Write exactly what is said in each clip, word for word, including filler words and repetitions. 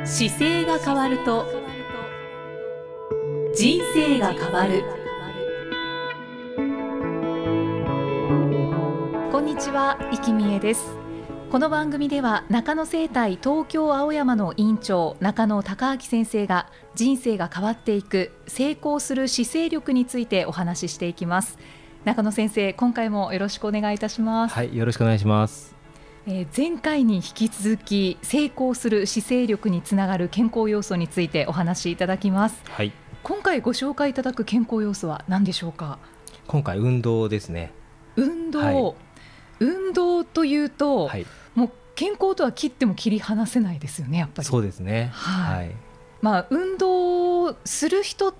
姿勢が変わると人生が変わる。こんにちは、生きみえです。この番組では中野生態東京青山の院長中野孝明先生が人生が変わっていく成功する姿勢力についてお話ししていきます。中野先生、今回もよろしくお願いいたします。 はい、よろしくお願いします。 えー、前回に引き続き成功する姿勢力につながる健康要素についてお話しいただきます。 はい、 今回ご紹介いただく健康要素は何でしょうか？ 今回運動ですね。 運動、 はい、 運動というと、 はい、 もう健康とは切っても切り離せないですよね、やっぱり。 そうですね、 はいはい。 まあ、運動する人って、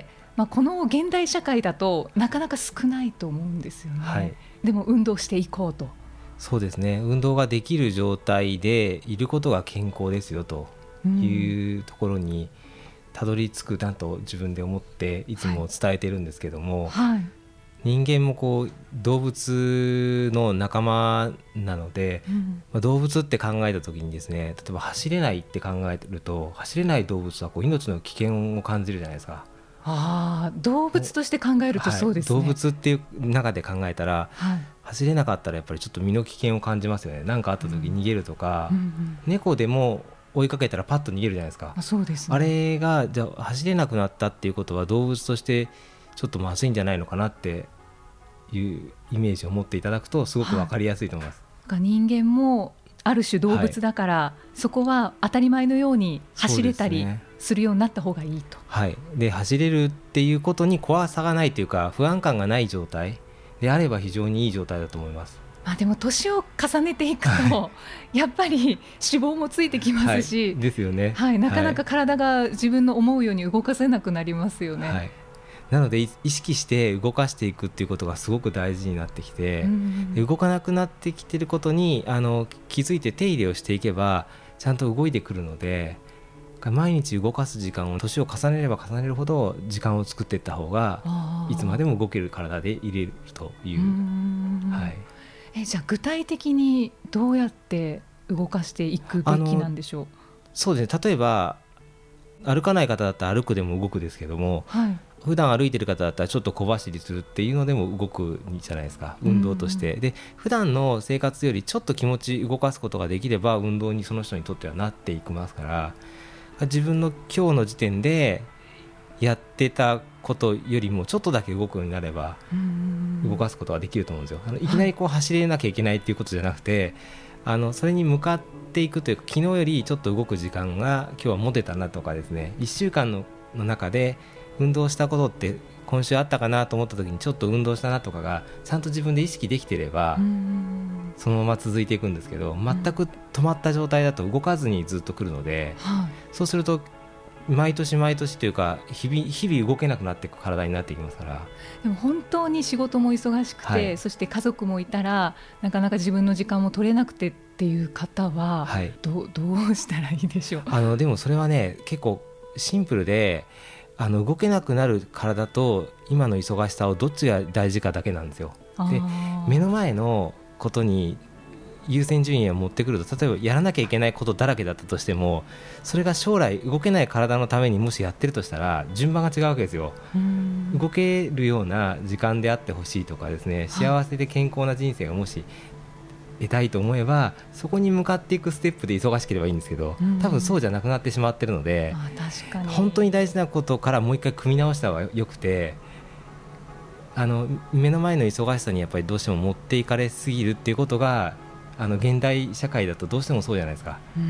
まあ、この現代社会だとなかなか少ないと思うんですよね。はい、でも運動していこうと。 そうですね、運動ができる状態でいることが健康ですよというところにたどり着くなと自分で思っていつも伝えているんですけども、はい、人間もこう動物の仲間なので、うんまあ、動物って考えた時にですね、例えば走れないって考えると、走れない動物はこう命の危険を感じるじゃないですか。 あ、動物として考えるとそうですね、 はい、動物っていう中で考えたら、はい、走れなかったらやっぱりちょっと身の危険を感じますよね。何かあった時逃げるとか、うんうんうん、猫でも追いかけたらパッと逃げるじゃないですか。 あ、そうですね、 あれがじゃあ走れなくなったっていうことは動物としてちょっとまずいんじゃないのかなっていうイメージを持っていただくとすごく分かりやすいと思います。 はい、人間もある種動物だから、はい、そこは当たり前のように走れたりするようになった方がいいと。 はい、で走れるっていうことに怖さがないというか不安感がない状態であれば非常にいい状態だと思います。 まあ、でも年を重ねていくと、はい、やっぱり脂肪もついてきますし、 はい、ですよね、 はい、なかなか体が自分の思うように動かせなくなりますよね。 はい、なので意識して動かしていくっていうことがすごく大事になってきて、うんうんうん、動かなくなってきていることにあの気づいて手入れをしていけばちゃんと動いてくるので、毎日動かす時間を年を重ねれば重ねるほど時間を作っていった方がいつまでも動ける体でいれるという、はい、 えじゃあ具体的にどうやって動かしていくべきなんでしょう？ そうですね、例えば歩かない方だったら歩くでも動くですけども、はい、普段歩いてる方だったらちょっと小走りするっていうのでも動くじゃないですか、運動として。で普段の生活よりちょっと気持ち動かすことができれば運動にその人にとってはなっていきますから、自分の今日の時点でやってたことよりもちょっとだけ動くようになれば動かすことができると思うんですよ。あのいきなりこう走れなきゃいけないっていうことじゃなくて、あのそれに向かっていくというか、昨日よりちょっと動く時間が今日は持てたなとかですね、いっしゅうかん の, の中で運動したことって今週あったかなと思った時にちょっと運動したなとかがちゃんと自分で意識できていればそのまま続いていくんですけど、全く止まった状態だと動かずにずっと来るので、はい、そうすると毎年毎年というか日々、日々動けなくなっていく体になっていきますから。 でも本当に仕事も忙しくて、はい、そして家族もいたらなかなか自分の時間も取れなくてっていう方は、はい、ど, どうしたらいいでしょう？ あのでもそれはね結構シンプルで、あの動けなくなる体と今の忙しさをどっちが大事かだけなんですよ。で目の前のことに優先順位を持ってくると、例えばやらなきゃいけないことだらけだったとしても、それが将来動けない体のためにもしやってるとしたら順番が違うわけですよ。動けるような時間であってほしいとかですね、幸せで健康な人生がもし得たいと思えばそこに向かっていくステップで忙しければいいんですけど、多分そうじゃなくなってしまってるので、 あ、確かに本当に大事なことからもう一回組み直した方がよくて、あの目の前の忙しさにやっぱりどうしても持っていかれすぎるっていうことがあの現代社会だとどうしてもそうじゃないですか。うん、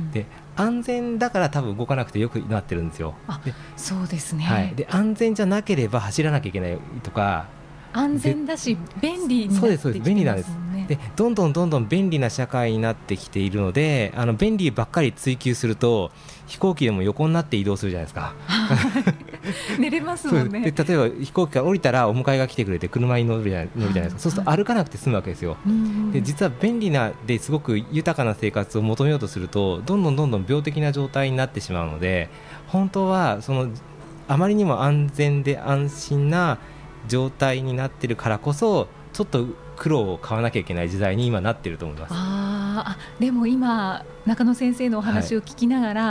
で安全だから多分動かなくてよくなってるんですよ。 あ、そうですね、 はい、で安全じゃなければ走らなきゃいけないとか、 安全だし便利になってきてますもんね。 そうです、そうです、便利なんです。でどんどんどんどん便利な社会になってきているので、あの便利ばっかり追求すると飛行機でも横になって移動するじゃないですか。 寝れますもんね。 で例えば飛行機から降りたらお迎えが来てくれて車に乗るじゃない、乗るじゃないですか。そうすると歩かなくて済むわけですよ。で実は便利なですごく豊かな生活を求めようとするとどんどんどんどん病的な状態になってしまうので、本当はそのあまりにも安全で安心な状態になっているからこそちょっと苦労を買わなきゃいけない時代に今なっていると思います。 ああ、でも今中野先生のお話を聞きながら、はい、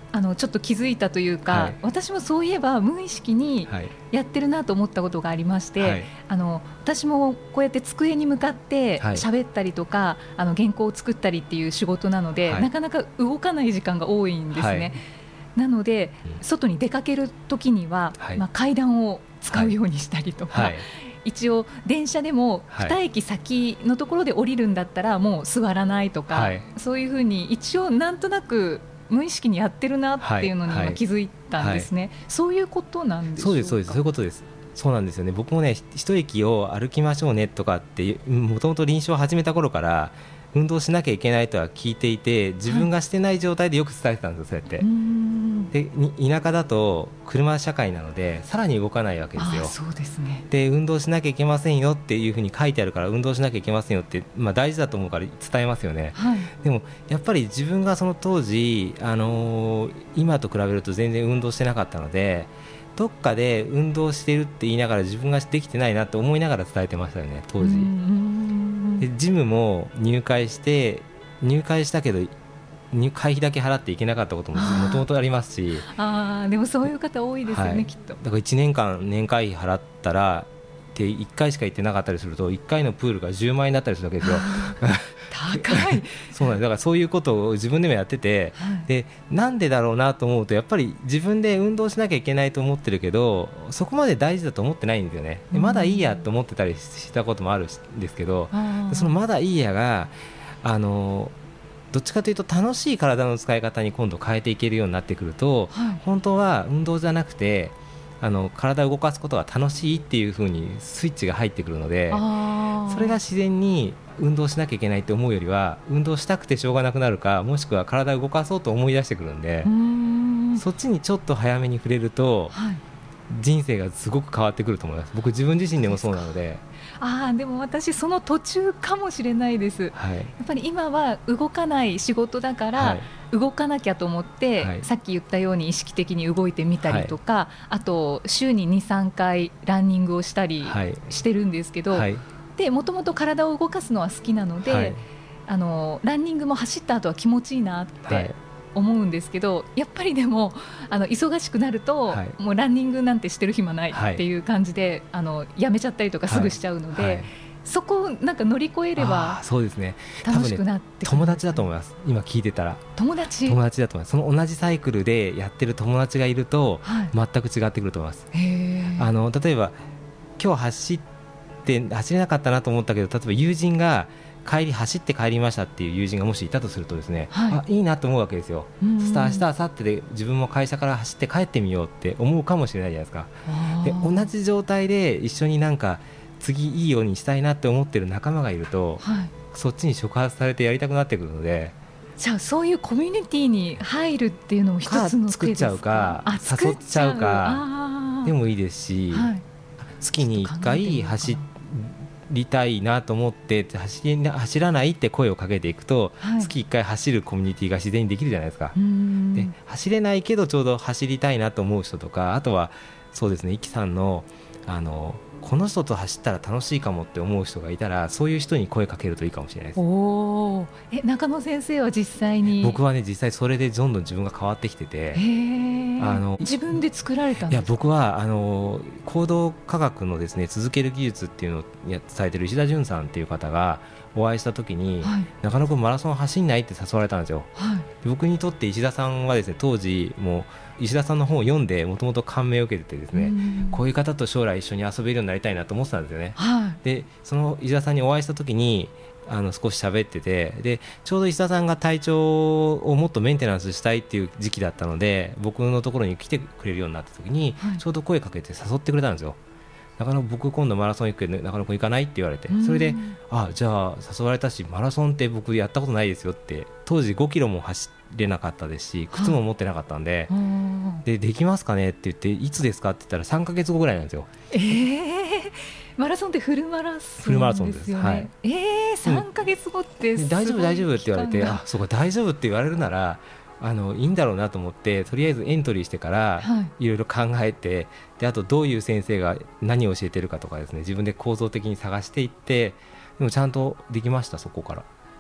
あのちょっと気づいたというか、はい、私もそういえば無意識にやってるなと思ったことがありまして、はい、あの私もこうやって机に向かって喋ったりとか、はい、あの原稿を作ったりっていう仕事なので、はい、なかなか動かない時間が多いんですね、はい、なので、うん、外に出かけるときには、はい、まあ、階段を使うようにしたりとか、はい、一応電車でもに駅先のところで降りるんだったらもう座らないとか、はい、そういうふうに一応なんとなく無意識にやってるなっていうのに今気づいたんですね、はいはいはい、そういうことなんでしょうか。 そうですそうですそういうことです。そうなんですよね。僕もね一駅を歩きましょうねとかってもともと臨床を始めた頃から運動しなきゃいけないとは聞いていて、自分がしてない状態でよく伝えてたんですよ、そうやって。で田舎だと車社会なのでさらに動かないわけですよ。 あ、そうですね。 で運動しなきゃいけませんよっていうふうに書いてあるから運動しなきゃいけませんよって、まあ、大事だと思うから伝えますよね、はい、でもやっぱり自分がその当時、あのー、今と比べると全然運動してなかったので、どっかで運動してるって言いながら自分ができてないなって思いながら伝えてましたよね当時。でジムも入会して入会したけど入会費だけ払っていけなかったことももともとありますし、 あでもそういう方多いですよね、はい、きっと。 だからいちねんかん年会費払ったらっていっかいしか行ってなかったりするといっかいのプールがじゅうまんえんだったりするわけですよ高いそうなんです。だからそういうことを自分でもやってて、はい、でなんでだろうなと思うとやっぱり自分で運動しなきゃいけないと思ってるけどそこまで大事だと思ってないんですよね。でまだいいやと思ってたりしたこともあるんですけど、そのまだいいやがあのどっちかというと楽しい体の使い方に今度変えていけるようになってくると、はい、本当は運動じゃなくてあの体を動かすことが楽しいっていう風にスイッチが入ってくるので、それが自然に運動しなきゃいけないって思うよりは運動したくてしょうがなくなるか、もしくは体を動かそうと思い出してくるんで、うーんそっちにちょっと早めに触れると、はい、人生がすごく変わってくると思います。僕自分自身でもそうなので。 あでも私その途中かもしれないです、はい、やっぱり今は動かない仕事だから、はい、動かなきゃと思って、はい、さっき言ったように意識的に動いてみたりとか、はい、あと週に にさんかいランニングをしたりしてるんですけど、はい、でもともと体を動かすのは好きなので、はい、あのランニングも走った後は気持ちいいなって思うんですけど、やっぱりでもあの忙しくなると、はい、もうランニングなんてしてる暇ないっていう感じで、はい、あのやめちゃったりとかすぐしちゃうので、はいはい、そこをなんか乗り越えればそうですね、 楽しくなってくる、 友達だと思います。今聞いてたら友達友達だと思います。その同じサイクルでやってる友達がいると、はい、全く違ってくると思います。へあの例えば今日走って走れなかったなと思ったけど、例えば友人が帰り走って帰りましたっていう友人がもしいたとするとですね、はい、あいいなと思うわけですよ。スター明日明後日で自分も会社から走って帰ってみようって思うかもしれないじゃないですか。で同じ状態で一緒になんか次いいようにしたいなって思ってる仲間がいると、はい、そっちに触発されてやりたくなってくるので、 じゃあそういうコミュニティに入るっていうのも一つの手ですか。 作っちゃうか誘っちゃうかでもいいですし、はい、月にいっかい走ってりたいなと思って走りな走らないって声をかけていくと、はい、月いっかい走るコミュニティが自然にできるじゃないですか。で走れないけどちょうど走りたいなと思う人とか、あとはそうですね、イキさんのあのこの人と走ったら楽しいかもって思う人がいたら、そういう人に声かけるといいかもしれないです。 おえ中野先生は実際に。 僕はね実際それでどんどん自分が変わってきてて、 あの自分で作られたんですか。 いや僕はあの行動科学のですね続ける技術っていうのを伝えてる石田純さんっていう方がお会いした時に、はい、中野君マラソン走んないって誘われたんですよ、はい、僕にとって石田さんはですね当時もう石田さんの本を読んでもともと感銘を受けててですね、こういう方と将来一緒に遊べるようになりたいなと思ってたんですよね、はい、でその石田さんにお会いした時にあの少し喋ってて、でちょうど石田さんが体調をもっとメンテナンスしたいっていう時期だったので、僕のところに来てくれるようになった時に、はい、ちょうど声かけて誘ってくれたんですよ。中野僕今度マラソン行くけど中野君行かないって言われて、それであじゃあ誘われたし、マラソンって僕やったことないですよって。当時ごキロも走れなかったですし靴も持ってなかったんで、はい、でできますかねって言って、いつですかって言ったらさんかげつごぐらいなんですよ。 えー、マラソンってフルマラソンですよね。フルマラソンです、はい、えー、さんかげつごってすごい、 大丈夫大丈夫って言われて、あそうか大丈夫って言われるならあのいいんだろうなと思って、とりあえずエントリーしてからいろいろ考えて、はい、であとどういう先生が何を教えてるかとかですね、自分で構造的に探していって、でもちゃんとできました。そこから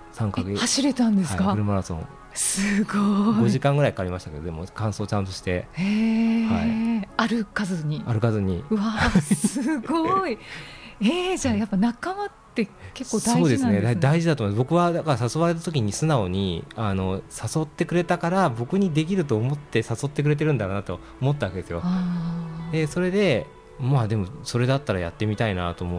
さんかげつ走れたんですか？ はい、フルマラソンすごい。 ごじかんぐらいかかりましたけど、でも完走ちゃんとして、 へー、はい、歩かずに歩かずに。 うわすごいえー、じゃあやっぱ仲間って結構大事なんですね。 そうですね、大事だと思います。僕はだから誘われた時に素直にあの誘ってくれたから僕にできると思って誘ってくれてるんだなと思ったわけですよ。でそれでまあでもそれだったらやってみたいなと思って、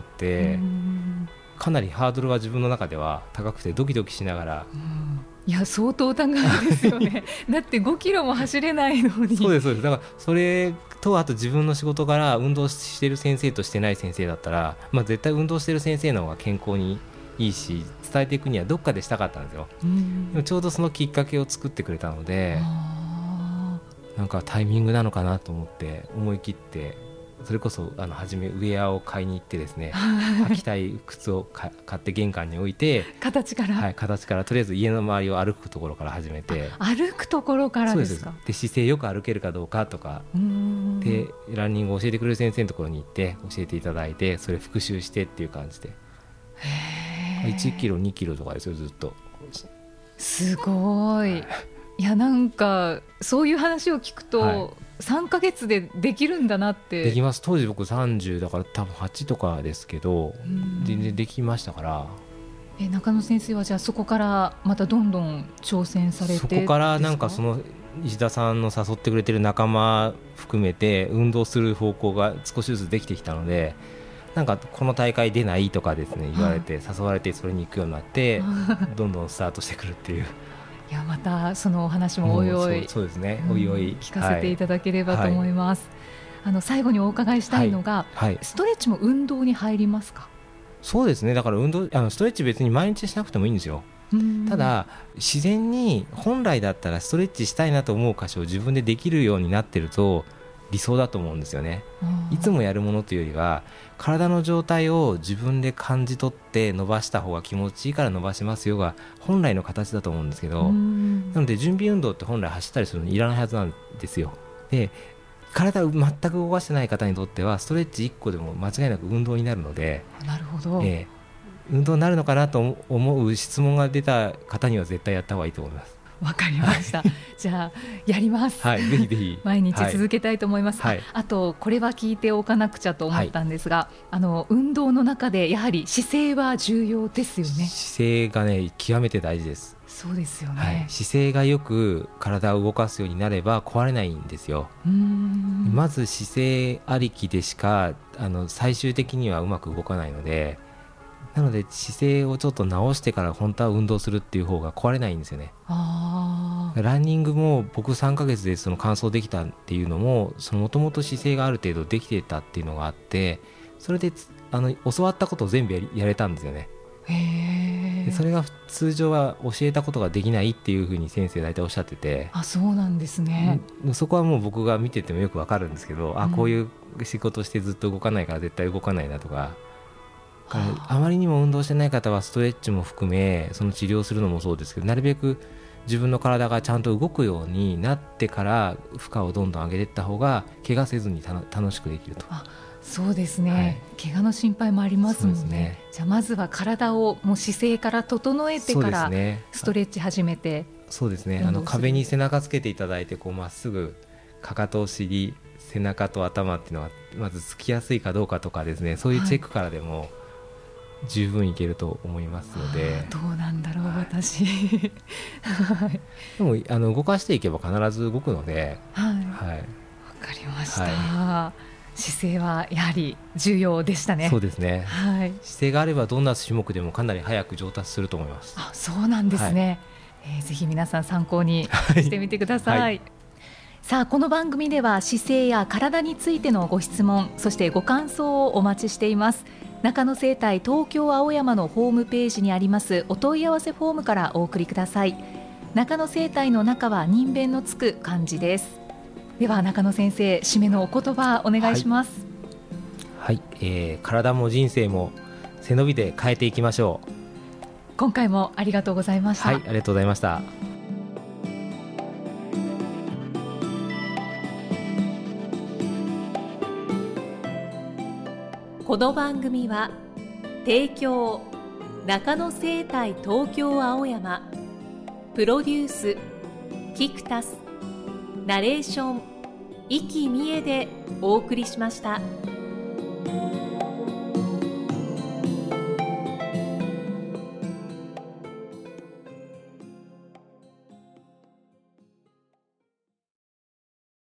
かなりハードルは自分の中では高くてドキドキしながら、うん、 いや相当高いですよねだってごキロも走れないのに。 そうですそうです。だからそれとあと自分の仕事柄運動している先生としてない先生だったら、まあ、絶対運動している先生の方が健康にいいし伝えていくにはどっかでしたかったんですよ。うん、でもちょうどそのきっかけを作ってくれたので、なんかタイミングなのかなと思って思い切って、それこそあの初めウェアを買いに行ってですね履きたい靴を買って玄関に置いて形から、 はい、形からとりあえず家の周りを歩くところから始めて。 歩くところからですか？ そうです。で姿勢よく歩けるかどうかとかでランニングを教えてくれる先生のところに行って教えていただいて、それ復習してっていう感じでいちキロにキロとかですよずっと。 すごい、はい、いやなんかそういう話を聞くと、はい、さんかげつでできるんだなって。 できます。当時僕さんじゅうだから多分はちとかですけど全然できましたから。 え中野先生はじゃあそこからまたどんどん挑戦されて。 そこからなんかその石田さんの誘ってくれてる仲間含めて運動する方向が少しずつできてきたので、なんかこの大会出ないとかですね言われて誘われてそれに行くようになってどんどんスタートしてくるっていう。 いやまたそのお話もおいおい、 そうですね、おいおい聞かせていただければと思います、はい、あの最後にお伺いしたいのが、はいはい、ストレッチも運動に入りますか？ そうですね、だから運動あのストレッチ別に毎日しなくてもいいんですよ。ただ自然に本来だったらストレッチしたいなと思う箇所を自分でできるようになってると理想だと思うんですよね。いつもやるものというよりは体の状態を自分で感じ取って伸ばした方が気持ちいいから伸ばしますよが本来の形だと思うんですけど、なので準備運動って本来走ったりするのにいらないはずなんですよ。で体を全く動かしてない方にとってはストレッチいっこでも間違いなく運動になるので。 なるほど、 えー運動になるのかなと思う質問が出た方には絶対やった方がいいと思います。 わかりました、はい、じゃあやります、 はい、ぜひぜひ毎日続けたいと思います、はい、あ, あとこれは聞いておかなくちゃと思ったんですが、はい、あの運動の中でやはり姿勢は重要ですよね。 姿勢がね極めて大事です。 そうですよね、 はい、姿勢がよく体を動かすようになれば壊れないんですよ。うーんまず姿勢ありきでしかあの最終的にはうまく動かないので、なので姿勢をちょっと直してから本当は運動するっていう方が壊れないんですよね。あランニングも僕さんかげつでその完走できたっていうのももともと姿勢がある程度できてたっていうのがあって、それであの教わったことを全部 や, りやれたんですよね。へでそれが通常は教えたことができないっていうふうに先生大体おっしゃってて。 あそうなんですね。 そこはもう僕が見ててもよくわかるんですけど、うん、あこういう仕事してずっと動かないから絶対動かないなとか、あまりにも運動してない方はストレッチも含めその治療するのもそうですけど、なるべく自分の体がちゃんと動くようになってから負荷をどんどん上げていった方が怪我せずにた楽しくできると。 あそうですね、はい、怪我の心配もありますもん ね, ねじゃあまずは体をもう姿勢から整えてからストレッチ始めて。 そうですね、あの壁に背中つけていただいてこうまっすぐかかとお尻背中と頭っていうのはまずつきやすいかどうかとかですね、そういうチェックからでも、はい十分いけると思いますので。 どうなんだろう、はい、私でもあの動かしていけば必ず動くので。 はい、はい、分かりました、はい、姿勢はやはり重要でしたね。 そうですね、 はい、 姿勢があればどんな種目でもかなり早く上達すると思います。 あそうなんですね、はいえー、ぜひ皆さん参考にしてみてください、はい、さあこの番組では姿勢や体についてのご質問そしてご感想をお待ちしています。中野生態東京青山のホームページにありますお問い合わせフォームからお送りください。中野生態の中は人弁のつく漢字です。では中野先生締めのお言葉お願いします。 はい、はいえー、体も人生も背伸びで変えていきましょう。 今回もありがとうございました。 はい、ありがとうございました。 この番組は提供中野生態東京青山、プロデュースキクタス、ナレーション生きみえでお送りしました。